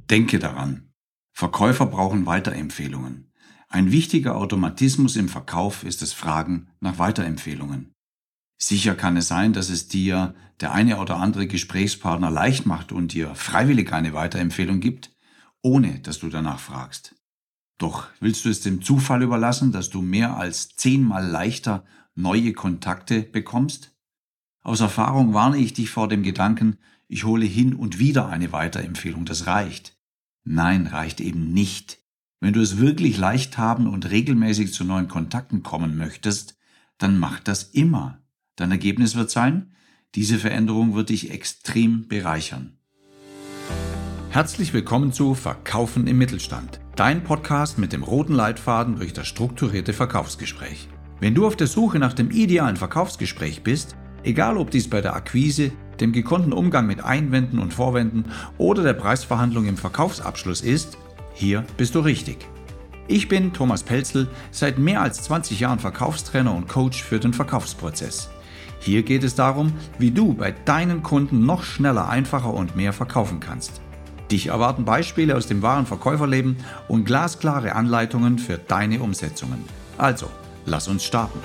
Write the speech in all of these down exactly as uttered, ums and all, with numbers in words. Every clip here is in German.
Denke daran, Verkäufer brauchen Weiterempfehlungen. Ein wichtiger Automatismus im Verkauf ist das Fragen nach Weiterempfehlungen. Sicher kann es sein, dass es dir der eine oder andere Gesprächspartner leicht macht und dir freiwillig eine Weiterempfehlung gibt, ohne dass du danach fragst. Doch willst du es dem Zufall überlassen, dass du mehr als zehnmal leichter neue Kontakte bekommst? Aus Erfahrung warne ich dich vor dem Gedanken, ich hole hin und wieder eine Weiterempfehlung, das reicht. Nein, reicht eben nicht. Wenn du es wirklich leicht haben und regelmäßig zu neuen Kontakten kommen möchtest, dann mach das immer. Dein Ergebnis wird sein, diese Veränderung wird dich extrem bereichern. Herzlich willkommen zu Verkaufen im Mittelstand, dein Podcast mit dem roten Leitfaden durch das strukturierte Verkaufsgespräch. Wenn du auf der Suche nach dem idealen Verkaufsgespräch bist, egal ob dies bei der Akquise, dem gekonnten Umgang mit Einwänden und Vorwänden oder der Preisverhandlung im Verkaufsabschluss ist, hier bist du richtig. Ich bin Thomas Pelzl, seit mehr als zwanzig Jahren Verkaufstrainer und Coach für den Verkaufsprozess. Hier geht es darum, wie du bei deinen Kunden noch schneller, einfacher und mehr verkaufen kannst. Dich erwarten Beispiele aus dem wahren Verkäuferleben und glasklare Anleitungen für deine Umsetzungen. Also, lass uns starten.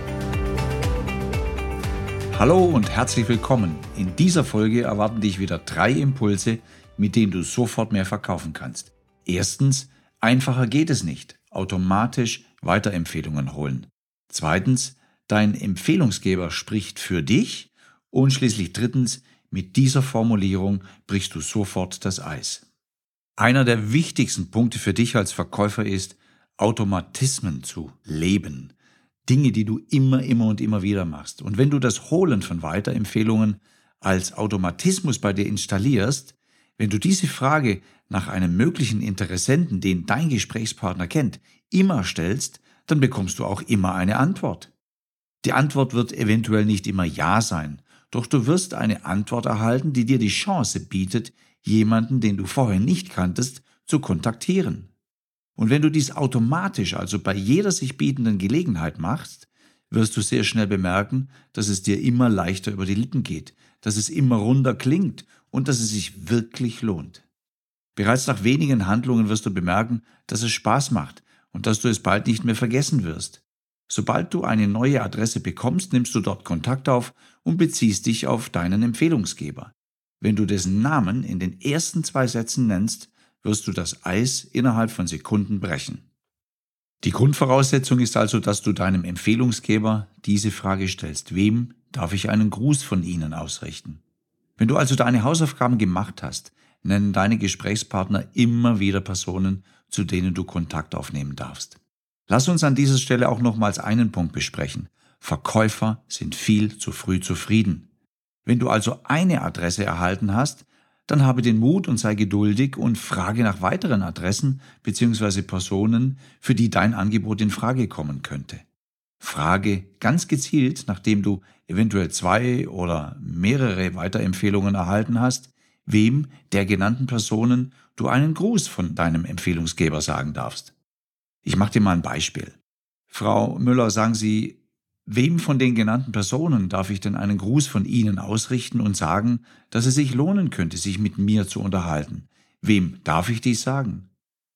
Hallo und herzlich willkommen. In dieser Folge erwarten dich wieder drei Impulse, mit denen du sofort mehr verkaufen kannst. Erstens, einfacher geht es nicht. Automatisch Weiterempfehlungen holen. Zweitens, dein Empfehlungsgeber spricht für dich. Und schließlich drittens, mit dieser Formulierung brichst du sofort das Eis. Einer der wichtigsten Punkte für dich als Verkäufer ist, Automatismen zu leben. Dinge, die du immer, immer und immer wieder machst. Und wenn du das Holen von Weiterempfehlungen als Automatismus bei dir installierst, wenn du diese Frage nach einem möglichen Interessenten, den dein Gesprächspartner kennt, immer stellst, dann bekommst du auch immer eine Antwort. Die Antwort wird eventuell nicht immer Ja sein, doch du wirst eine Antwort erhalten, die dir die Chance bietet, jemanden, den du vorher nicht kanntest, zu kontaktieren. Und wenn du dies automatisch, also bei jeder sich bietenden Gelegenheit machst, wirst du sehr schnell bemerken, dass es dir immer leichter über die Lippen geht, dass es immer runder klingt und dass es sich wirklich lohnt. Bereits nach wenigen Handlungen wirst du bemerken, dass es Spaß macht und dass du es bald nicht mehr vergessen wirst. Sobald du eine neue Adresse bekommst, nimmst du dort Kontakt auf und beziehst dich auf deinen Empfehlungsgeber. Wenn du dessen Namen in den ersten zwei Sätzen nennst, wirst du das Eis innerhalb von Sekunden brechen. Die Grundvoraussetzung ist also, dass du deinem Empfehlungsgeber diese Frage stellst: Wem darf ich einen Gruß von Ihnen ausrichten? Wenn du also deine Hausaufgaben gemacht hast, nennen deine Gesprächspartner immer wieder Personen, zu denen du Kontakt aufnehmen darfst. Lass uns an dieser Stelle auch nochmals einen Punkt besprechen. Verkäufer sind viel zu früh zufrieden. Wenn du also eine Adresse erhalten hast, dann habe den Mut und sei geduldig und frage nach weiteren Adressen bzw. Personen, für die dein Angebot in Frage kommen könnte. Frage ganz gezielt, nachdem du eventuell zwei oder mehrere Weiterempfehlungen erhalten hast, wem der genannten Personen du einen Gruß von deinem Empfehlungsgeber sagen darfst. Ich mache dir mal ein Beispiel. Frau Müller, sagen Sie, wem von den genannten Personen darf ich denn einen Gruß von Ihnen ausrichten und sagen, dass es sich lohnen könnte, sich mit mir zu unterhalten? Wem darf ich dies sagen?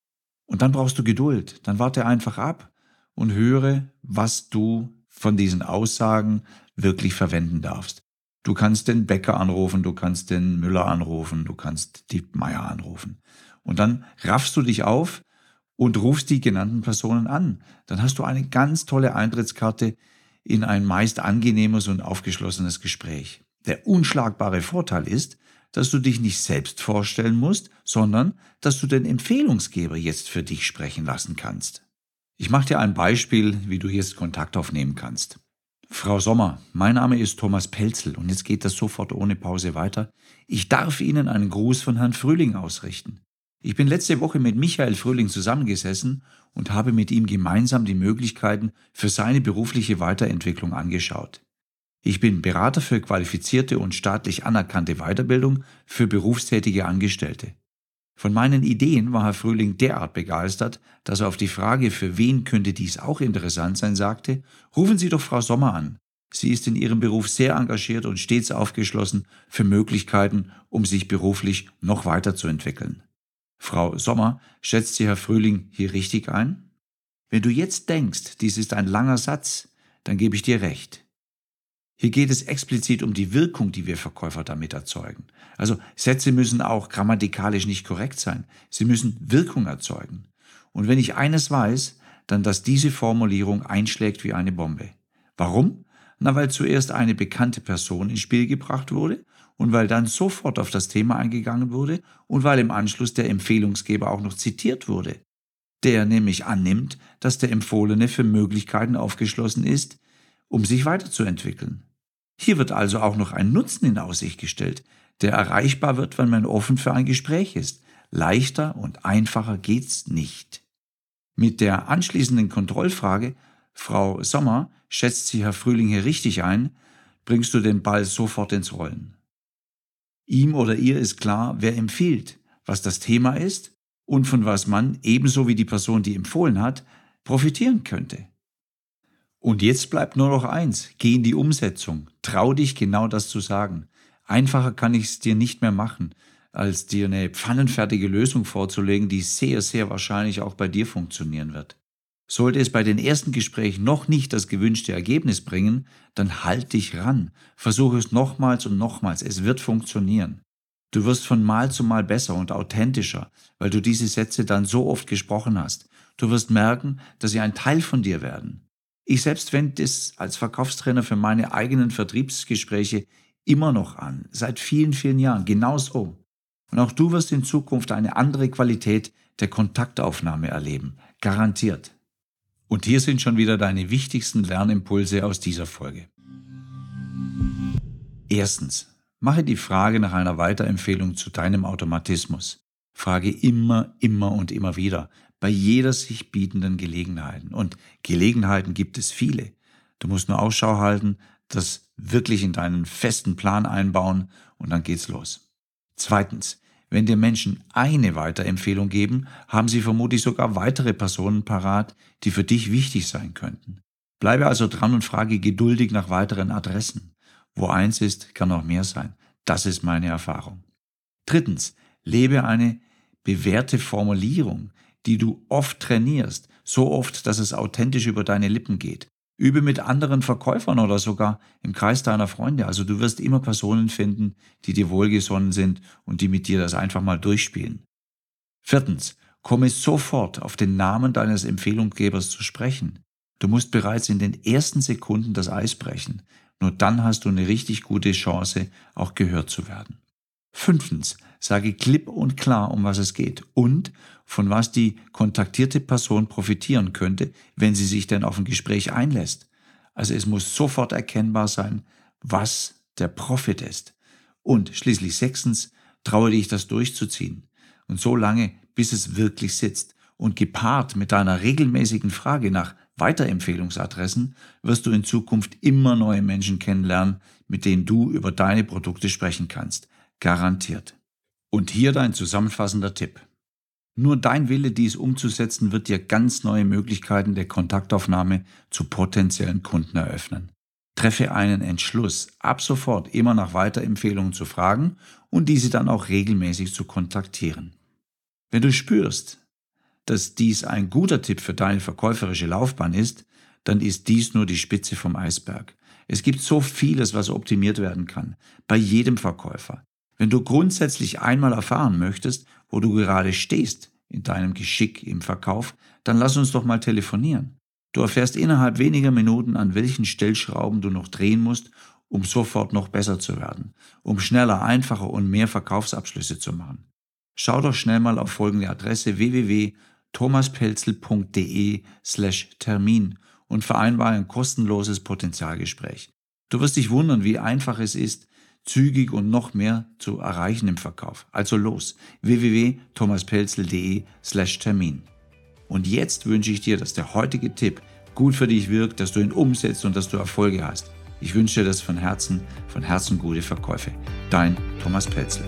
Und dann brauchst du Geduld. Dann warte einfach ab und höre, was du von diesen Aussagen wirklich verwenden darfst. Du kannst den Bäcker anrufen, du kannst den Müller anrufen, du kannst die Meier anrufen. Und dann raffst du dich auf und rufst die genannten Personen an. Dann hast du eine ganz tolle Eintrittskarte in ein meist angenehmes und aufgeschlossenes Gespräch. Der unschlagbare Vorteil ist, dass du dich nicht selbst vorstellen musst, sondern dass du den Empfehlungsgeber jetzt für dich sprechen lassen kannst. Ich mache dir ein Beispiel, wie du jetzt Kontakt aufnehmen kannst. Frau Sommer, mein Name ist Thomas Pelzl und jetzt geht das sofort ohne Pause weiter. Ich darf Ihnen einen Gruß von Herrn Frühling ausrichten. Ich bin letzte Woche mit Michael Frühling zusammengesessen und habe mit ihm gemeinsam die Möglichkeiten für seine berufliche Weiterentwicklung angeschaut. Ich bin Berater für qualifizierte und staatlich anerkannte Weiterbildung für berufstätige Angestellte. Von meinen Ideen war Herr Frühling derart begeistert, dass er auf die Frage, für wen könnte dies auch interessant sein, sagte: Rufen Sie doch Frau Sommer an. Sie ist in ihrem Beruf sehr engagiert und stets aufgeschlossen für Möglichkeiten, um sich beruflich noch weiterzuentwickeln. Frau Sommer, schätzt Sie Herr Frühling hier richtig ein? Wenn du jetzt denkst, dies ist ein langer Satz, dann gebe ich dir recht. Hier geht es explizit um die Wirkung, die wir Verkäufer damit erzeugen. Also Sätze müssen auch grammatikalisch nicht korrekt sein. Sie müssen Wirkung erzeugen. Und wenn ich eines weiß, dann, dass diese Formulierung einschlägt wie eine Bombe. Warum? Na, weil zuerst eine bekannte Person ins Spiel gebracht wurde und weil dann sofort auf das Thema eingegangen wurde und weil im Anschluss der Empfehlungsgeber auch noch zitiert wurde. Der nämlich annimmt, dass der Empfohlene für Möglichkeiten aufgeschlossen ist, um sich weiterzuentwickeln. Hier wird also auch noch ein Nutzen in Aussicht gestellt, der erreichbar wird, wenn man offen für ein Gespräch ist. Leichter und einfacher geht's nicht. Mit der anschließenden Kontrollfrage, Frau Sommer, schätzt Sie Herr Frühling hier richtig ein, bringst du den Ball sofort ins Rollen. Ihm oder ihr ist klar, wer empfiehlt, was das Thema ist und von was man, ebenso wie die Person, die empfohlen hat, profitieren könnte. Und jetzt bleibt nur noch eins, geh in die Umsetzung, trau dich genau das zu sagen. Einfacher kann ich es dir nicht mehr machen, als dir eine pfannenfertige Lösung vorzulegen, die sehr, sehr wahrscheinlich auch bei dir funktionieren wird. Sollte es bei den ersten Gesprächen noch nicht das gewünschte Ergebnis bringen, dann halt dich ran, versuche es nochmals und nochmals, es wird funktionieren. Du wirst von Mal zu Mal besser und authentischer, weil du diese Sätze dann so oft gesprochen hast. Du wirst merken, dass sie ein Teil von dir werden. Ich selbst wende es als Verkaufstrainer für meine eigenen Vertriebsgespräche immer noch an, seit vielen, vielen Jahren, genau so. Und auch du wirst in Zukunft eine andere Qualität der Kontaktaufnahme erleben, garantiert. Und hier sind schon wieder deine wichtigsten Lernimpulse aus dieser Folge. Erstens, mache die Frage nach einer Weiterempfehlung zu deinem Automatismus. Frage immer, immer und immer wieder, bei jeder sich bietenden Gelegenheit. Und Gelegenheiten gibt es viele. Du musst nur Ausschau halten, das wirklich in deinen festen Plan einbauen und dann geht's los. Zweitens, wenn dir Menschen eine Weiterempfehlung geben, haben sie vermutlich sogar weitere Personen parat, die für dich wichtig sein könnten. Bleibe also dran und frage geduldig nach weiteren Adressen. Wo eins ist, kann noch mehr sein. Das ist meine Erfahrung. Drittens, lebe eine bewährte Formulierung, die du oft trainierst, so oft, dass es authentisch über deine Lippen geht. Übe mit anderen Verkäufern oder sogar im Kreis deiner Freunde. Also du wirst immer Personen finden, die dir wohlgesonnen sind und die mit dir das einfach mal durchspielen. Viertens, komme sofort auf den Namen deines Empfehlungsgebers zu sprechen. Du musst bereits in den ersten Sekunden das Eis brechen. Nur dann hast du eine richtig gute Chance, auch gehört zu werden. Fünftens, sage klipp und klar, um was es geht und von was die kontaktierte Person profitieren könnte, wenn sie sich denn auf ein Gespräch einlässt. Also es muss sofort erkennbar sein, was der Profit ist. Und schließlich sechstens, traue dich, das durchzuziehen. Und so lange, bis es wirklich sitzt. Und gepaart mit deiner regelmäßigen Frage nach Weiterempfehlungsadressen wirst du in Zukunft immer neue Menschen kennenlernen, mit denen du über deine Produkte sprechen kannst. Garantiert. Und hier dein zusammenfassender Tipp. Nur dein Wille, dies umzusetzen, wird dir ganz neue Möglichkeiten der Kontaktaufnahme zu potenziellen Kunden eröffnen. Treffe einen Entschluss, ab sofort immer nach Weiterempfehlungen zu fragen und diese dann auch regelmäßig zu kontaktieren. Wenn du spürst, dass dies ein guter Tipp für deine verkäuferische Laufbahn ist, dann ist dies nur die Spitze vom Eisberg. Es gibt so vieles, was optimiert werden kann, bei jedem Verkäufer. Wenn du grundsätzlich einmal erfahren möchtest, wo du gerade stehst in deinem Geschick im Verkauf, dann lass uns doch mal telefonieren. Du erfährst innerhalb weniger Minuten, an welchen Stellschrauben du noch drehen musst, um sofort noch besser zu werden, um schneller, einfacher und mehr Verkaufsabschlüsse zu machen. Schau doch schnell mal auf folgende Adresse w w w punkt thomaspelzel punkt d e slash Termin und vereinbare ein kostenloses Potenzialgespräch. Du wirst dich wundern, wie einfach es ist, zügig und noch mehr zu erreichen im Verkauf. Also los, w w w punkt thomaspelzel punkt d e slash Termin. Und jetzt wünsche ich dir, dass der heutige Tipp gut für dich wirkt, dass du ihn umsetzt und dass du Erfolge hast. Ich wünsche dir das von Herzen, von Herzen gute Verkäufe. Dein Thomas Pelzel.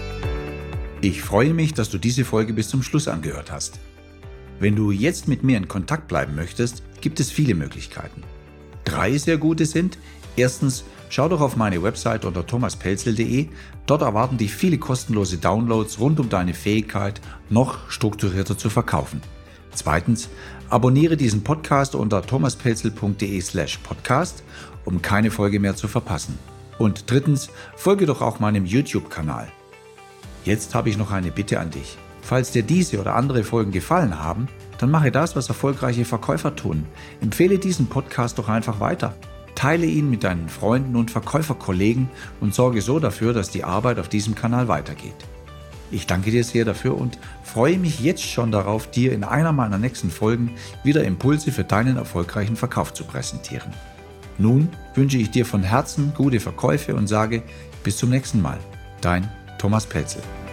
Ich freue mich, dass du diese Folge bis zum Schluss angehört hast. Wenn du jetzt mit mir in Kontakt bleiben möchtest, gibt es viele Möglichkeiten. Drei sehr gute sind: erstens, schau doch auf meine Website unter thomas pelzel punkt de. Dort erwarten dich viele kostenlose Downloads rund um deine Fähigkeit, noch strukturierter zu verkaufen. Zweitens, abonniere diesen Podcast unter thomas pelzel punkt de slash podcast, um keine Folge mehr zu verpassen. Und drittens, folge doch auch meinem YouTube-Kanal. Jetzt habe ich noch eine Bitte an dich. Falls dir diese oder andere Folgen gefallen haben, dann mache das, was erfolgreiche Verkäufer tun. Empfehle diesen Podcast doch einfach weiter. Teile ihn mit deinen Freunden und Verkäuferkollegen und sorge so dafür, dass die Arbeit auf diesem Kanal weitergeht. Ich danke dir sehr dafür und freue mich jetzt schon darauf, dir in einer meiner nächsten Folgen wieder Impulse für deinen erfolgreichen Verkauf zu präsentieren. Nun wünsche ich dir von Herzen gute Verkäufe und sage bis zum nächsten Mal. Dein Thomas Pelzel.